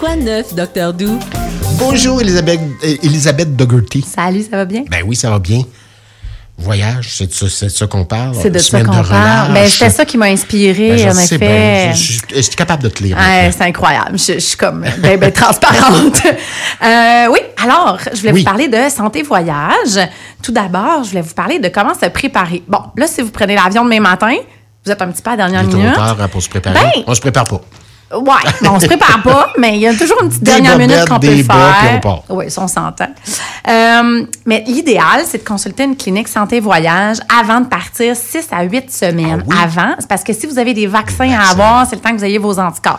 quoi de neuf, Dr. Dou? Bonjour, Elisabeth Dougherty. Salut, ça va bien? Ben oui, ça va bien. Voyage, c'est de ça qu'on parle. C'est de ça Semaine qu'on de parle. relâche. Ben, c'était ça qui m'a inspirée, Je en sais effet. bien. Je suis capable de te lire. C'est incroyable. Je suis comme ben transparente. Oui, alors, je voulais vous parler de santé voyage. Tout d'abord, je voulais vous parler de comment se préparer. Bon, là, si vous prenez l'avion demain matin, vous êtes un petit peu à la dernière minute. Trop tard pour se préparer. Ben, on se prépare pas. Ouais, bon, on se prépare pas, mais il y a toujours une petite dernière minute qu'on peut le faire. Oui, ça, on s'entend. Mais l'idéal, c'est de consulter une clinique santé-voyage avant de partir 6 à 8 semaines avant. C'est parce que si vous avez des vaccins à avoir, c'est le temps que vous ayez vos anticorps.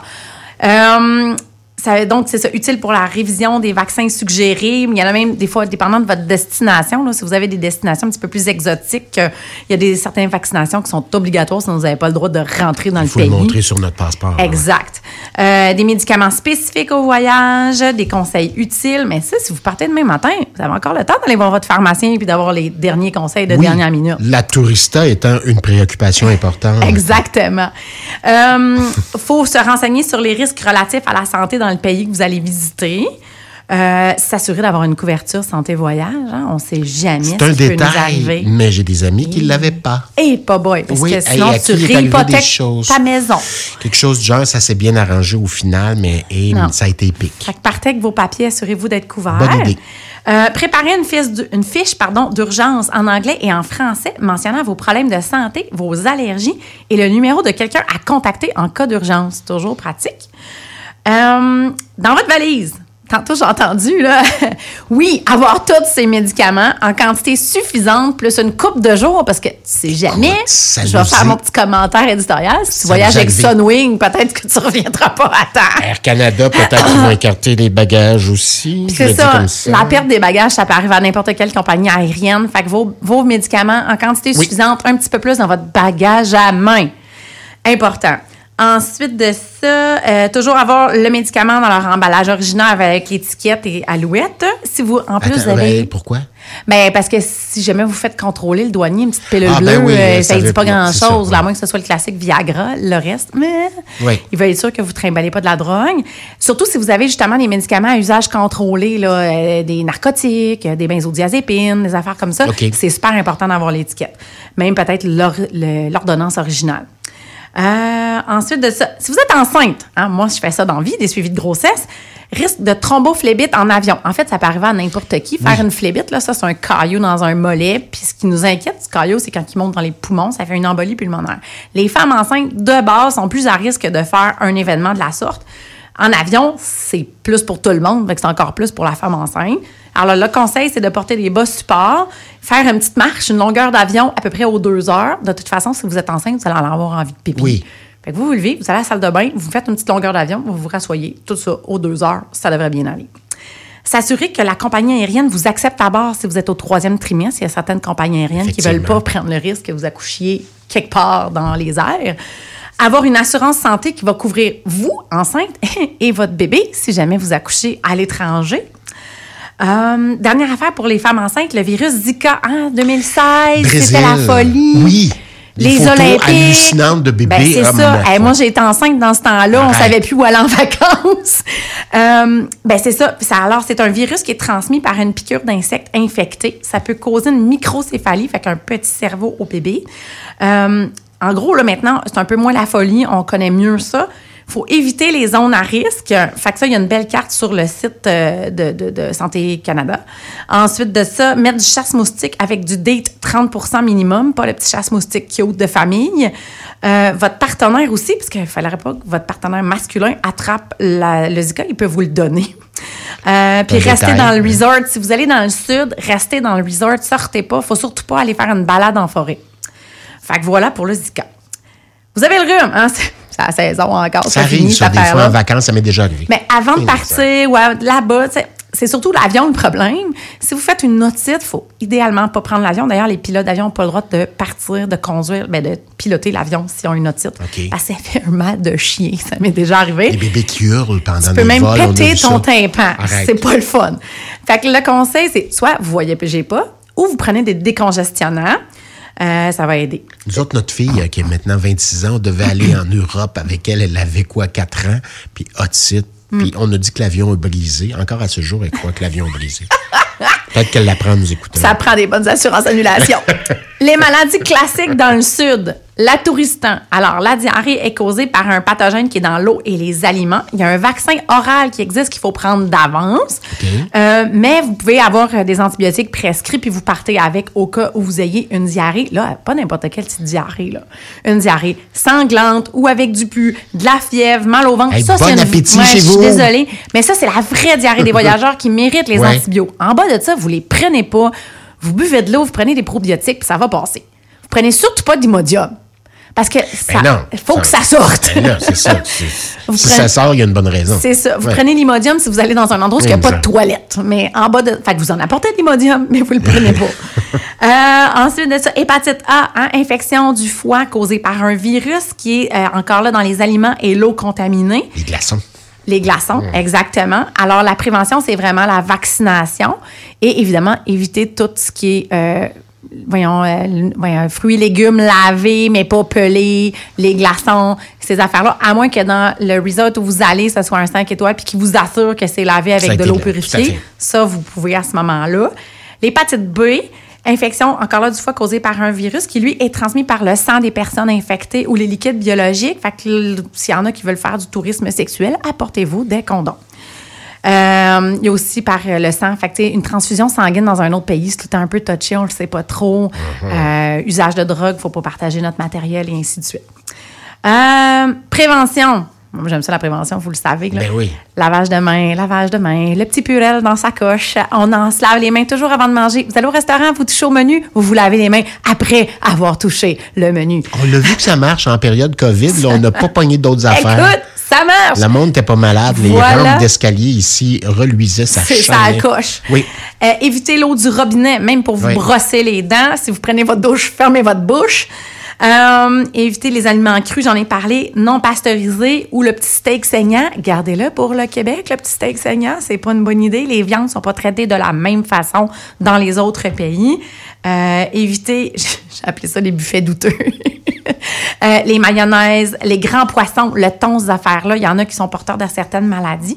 Donc, c'est ça, utile pour la révision des vaccins suggérés. Mais il y en a même, des fois, dépendant de votre destination. Là, si vous avez des destinations un petit peu plus exotiques, il y a certaines vaccinations qui sont obligatoires, sinon vous n'avez pas le droit de rentrer dans le pays. Il faut le montrer sur notre passeport. Exact. Des médicaments spécifiques au voyage, des conseils utiles. Mais ça, si vous partez demain matin, vous avez encore le temps d'aller voir votre pharmacien et d'avoir les derniers conseils de dernière minute. La tourista étant une préoccupation importante. Exactement. Faut se renseigner sur les risques relatifs à la santé dans le pays que vous allez visiter. S'assurer d'avoir une couverture santé-voyage. Hein? On ne sait jamais ce qui peut nous arriver. Mais j'ai des amis qui ne l'avaient pas. Et pas boy, parce que sinon, tu réhypothèques ta maison. Quelque chose du genre, ça s'est bien arrangé au final, mais ça a été épique. Fait que partez avec vos papiers, assurez-vous d'être couvert. Bonne idée. Préparez une fiche d'urgence en anglais et en français mentionnant vos problèmes de santé, vos allergies et le numéro de quelqu'un à contacter en cas d'urgence. Toujours pratique. Dans votre valise, tantôt j'ai entendu, là, oui, avoir tous ces médicaments en quantité suffisante, plus une couple de jours, parce que tu sais jamais, je vais faire mon petit commentaire éditorial. Si tu voyages avec Sunwing, peut-être que tu ne reviendras pas à temps. Air Canada, peut-être qu'ils vont écarter les bagages aussi. C'est ça, la perte des bagages, ça peut arriver à n'importe quelle compagnie aérienne. Fait que vos médicaments en quantité suffisante, un petit peu plus dans votre bagage à main. Important. Ensuite de ça, toujours avoir le médicament dans leur emballage original avec l'étiquette et alouette. Si vous, en plus, vous avez... Pourquoi? Ben, parce que si jamais vous faites contrôler le douanier, une petite pilule bleue, ça ne dit pas grand-chose, à moins que ce soit le classique Viagra, le reste, mais il va être sûr que vous ne trimballez pas de la drogue. Surtout si vous avez justement des médicaments à usage contrôlé, là, des narcotiques, des benzodiazépines, des affaires comme ça. C'est super important d'avoir l'étiquette. Même peut-être l'ordonnance originale. Ensuite de ça, si vous êtes enceinte, hein, moi je fais ça dans la vie, des suivis de grossesse, risque de thrombophlébite en avion. En fait, ça peut arriver à n'importe qui. Faire une phlébite, là, ça c'est un caillot dans un mollet. Puis ce qui nous inquiète, ce caillot, c'est quand il monte dans les poumons, ça fait une embolie pulmonaire. Les femmes enceintes de base sont plus à risque de faire un événement de la sorte. En avion, c'est plus pour tout le monde, donc c'est encore plus pour la femme enceinte. Alors, le conseil, c'est de porter des bas support, faire une petite marche, une longueur d'avion à peu près aux 2 heures. De toute façon, si vous êtes enceinte, vous allez en avoir envie de pipi. Oui. Fait que vous levez, vous allez à la salle de bain, vous faites une petite longueur d'avion, vous vous rassoyez. Tout ça aux 2 heures, ça devrait bien aller. S'assurer que la compagnie aérienne vous accepte à bord si vous êtes au 3e trimestre. Il y a certaines compagnies aériennes qui ne veulent pas prendre le risque que vous accouchiez quelque part dans les airs. Avoir une assurance santé qui va couvrir vous, enceinte, et votre bébé si jamais vous accouchez à l'étranger. Dernière affaire pour les femmes enceintes, le virus Zika, 2016, c'était la folie. Oui. Les photos Olympiques. Hallucinantes de bébés. Ben, c'est ça. Moi, j'ai été enceinte dans ce temps-là. On savait plus où aller en vacances. C'est ça. Alors, c'est un virus qui est transmis par une piqûre d'insectes infectés. Ça peut causer une microcéphalie, fait qu'un petit cerveau au bébé. En gros, là, maintenant, c'est un peu moins la folie. On connaît mieux ça. Il faut éviter les zones à risque. Fait que ça, il y a une belle carte sur le site de Santé Canada. Ensuite de ça, mettre du chasse-moustique avec du date 30% minimum, pas le petit chasse-moustique cute de famille. Votre partenaire aussi, parce qu'il ne faudrait pas que votre partenaire masculin attrape le Zika, il peut vous le donner. Puis restez dans le resort. Si vous allez dans le sud, restez dans le resort, sortez pas. Il ne faut surtout pas aller faire une balade en forêt. Fait que voilà pour le Zika. Vous avez le rhume, hein? C'est la saison encore. Ça arrive, ça, des fois, en vacances, ça m'est déjà arrivé. Mais avant de partir, là-bas, c'est surtout l'avion le problème. Si vous faites une otite, il faut idéalement pas prendre l'avion. D'ailleurs, les pilotes d'avion n'ont pas le droit de partir, de conduire, de piloter l'avion s'ils ont une otite. Parce que ça fait un mal de chien. Ça m'est déjà arrivé. Les bébés qui hurlent pendant des vols. Tu peux même péter ton tympan. C'est pas le fun. Fait que le conseil, c'est soit vous voyagez pas ou vous prenez des décongestionnants. Ça va aider. Nous autres, notre fille, qui a maintenant 26 ans, on devait aller en Europe avec elle. Elle avait 4 ans? Puis otite. Puis on a dit que l'avion est brisé. Encore à ce jour, elle croit que l'avion est brisé. Peut-être qu'elle l'apprend à nous écouter. Ça prend des bonnes assurances annulation. Les maladies classiques dans le Sud. La touristan. Alors, la diarrhée est causée par un pathogène qui est dans l'eau et les aliments. Il y a un vaccin oral qui existe qu'il faut prendre d'avance. Okay. Mais vous pouvez avoir des antibiotiques prescrits puis vous partez avec au cas où vous ayez une diarrhée. Là, pas n'importe quelle petite diarrhée, là. Une diarrhée sanglante ou avec du pus, de la fièvre, mal au ventre. Hey, ça, bon appétit chez vous. Je suis désolée. Mais ça, c'est la vraie diarrhée des voyageurs qui méritent les antibiotiques. En bas de ça, vous les prenez pas. Vous buvez de l'eau, vous prenez des probiotiques puis ça va passer. Vous prenez surtout pas d'Imodium. Parce que il faut que ça sorte. Ben là, c'est ça. Ça sort, il y a une bonne raison. C'est ça. Vous prenez l'Imodium si vous allez dans un endroit où il n'y a pas de toilette. Mais en bas de... Fait que vous en apportez de l'Imodium, mais vous ne le prenez pas. Ensuite de ça, hépatite A, infection du foie causée par un virus qui est encore là dans les aliments et l'eau contaminée. Les glaçons. Les glaçons, exactement. Alors, la prévention, c'est vraiment la vaccination et évidemment, éviter tout ce qui est... fruits et légumes lavés, mais pas pelés, les glaçons, ces affaires-là, à moins que dans le resort où vous allez, ce soit un 5 étoiles puis qui vous assure que c'est lavé avec de l'eau purifiée. Ça, vous pouvez à ce moment-là. L'hépatite B, infection, encore là, du foie causée par un virus qui, lui, est transmis par le sang des personnes infectées ou les liquides biologiques. Fait que s'il y en a qui veulent faire du tourisme sexuel, apportez-vous des condoms. Il y a aussi par le sang. Fait que, une transfusion sanguine dans un autre pays, c'est tout le temps un peu touché, on le sait pas trop. Usage de drogue, faut pas partager notre matériel et ainsi de suite. Prévention. J'aime ça, la prévention, vous le savez. Là. Ben oui. Lavage de main, le petit purel dans sa coche. On en se lave les mains toujours avant de manger. Vous allez au restaurant, vous touchez au menu, vous vous lavez les mains après avoir touché le menu. On l'a vu que ça marche en période COVID. Là, on n'a pas pogné d'autres affaires. Écoute, ça marche. Le monde n'était pas malade. Les rampes d'escalier ici reluisaient sa chaîne. Ça coche. Oui. Évitez l'eau du robinet, même pour vous brosser les dents. Si vous prenez votre douche, fermez votre bouche. Évitez les aliments crus, j'en ai parlé, non pasteurisés ou le petit steak saignant. Gardez-le pour le Québec, le petit steak saignant, c'est pas une bonne idée. Les viandes sont pas traitées de la même façon dans les autres pays. Évitez, j'ai appelé ça les buffets douteux. Les mayonnaises, les grands poissons, le thon, ces affaires-là, il y en a qui sont porteurs de certaines maladies.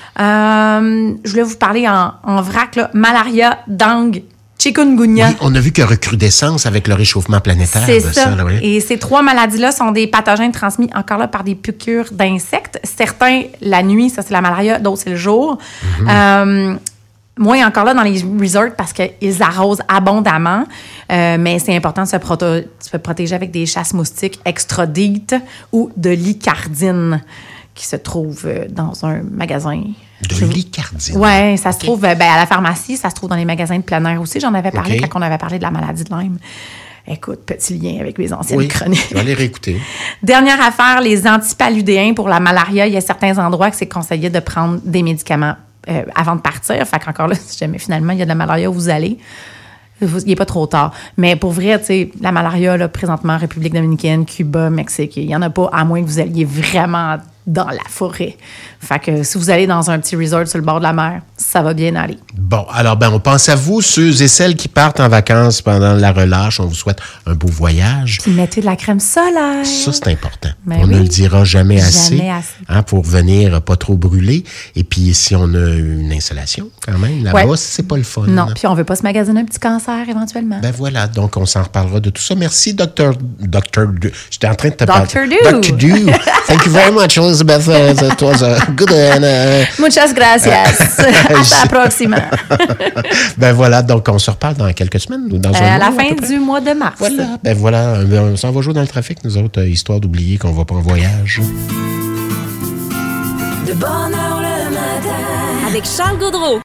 Je voulais vous parler en vrac, là, malaria, dengue, chikungunya. Oui, on a vu que recrudescence avec le réchauffement planétaire. C'est ça. Là, oui. Et ces 3 maladies-là sont des pathogènes transmis encore là par des piqûres d'insectes. Certains, la nuit, ça c'est la malaria, d'autres c'est le jour. Moins encore là dans les resorts parce qu'ils arrosent abondamment. Mais c'est important de se protéger avec des chasses moustiques extra-dites ou de l'icardine qui se trouve dans un magasin. De l'icardine? Oui, ça se trouve à la pharmacie, ça se trouve dans les magasins de plein air aussi. J'en avais parlé quand on avait parlé de la maladie de Lyme. Écoute, petit lien avec mes anciennes chroniques. Je vais aller réécouter. Dernière affaire, les antipaludéens pour la malaria. Il y a certains endroits que c'est conseillé de prendre des médicaments avant de partir. Fait qu'encore là, si jamais finalement il y a de la malaria où vous allez, il n'est pas trop tard. Mais pour vrai, tu sais, la malaria, là, présentement, République dominicaine, Cuba, Mexique, il n'y en a pas, à moins que vous alliez vraiment dans la forêt. Fait que si vous allez dans un petit resort sur le bord de la mer, ça va bien aller. Bon, alors, on pense à vous, ceux et celles qui partent en vacances pendant la relâche. On vous souhaite un beau voyage. Puis mettez de la crème solaire. Ça, c'est important. Mais on ne le dira jamais assez. Jamais assez. Hein, pour venir pas trop brûler. Et puis, si on a une installation, quand même, là-bas, c'est pas le fun. Non, puis on veut pas se magasiner un petit cancer éventuellement. Ben voilà, donc on s'en reparlera de tout ça. Merci, Dr. J'étais en train de te parler. Dr. Du. Thank you very much, Elizabeth. It was a good... Muchas gracias. Hasta la próxima. Ben voilà, donc on se reparle dans quelques semaines ou dans un mois. À la fin du mois de mars. Voilà, ben voilà, on s'en va jouer dans le trafic, nous autres, histoire d'oublier qu'on va pas en voyage. De bonne heure le matin. Avec Charles Gaudreau.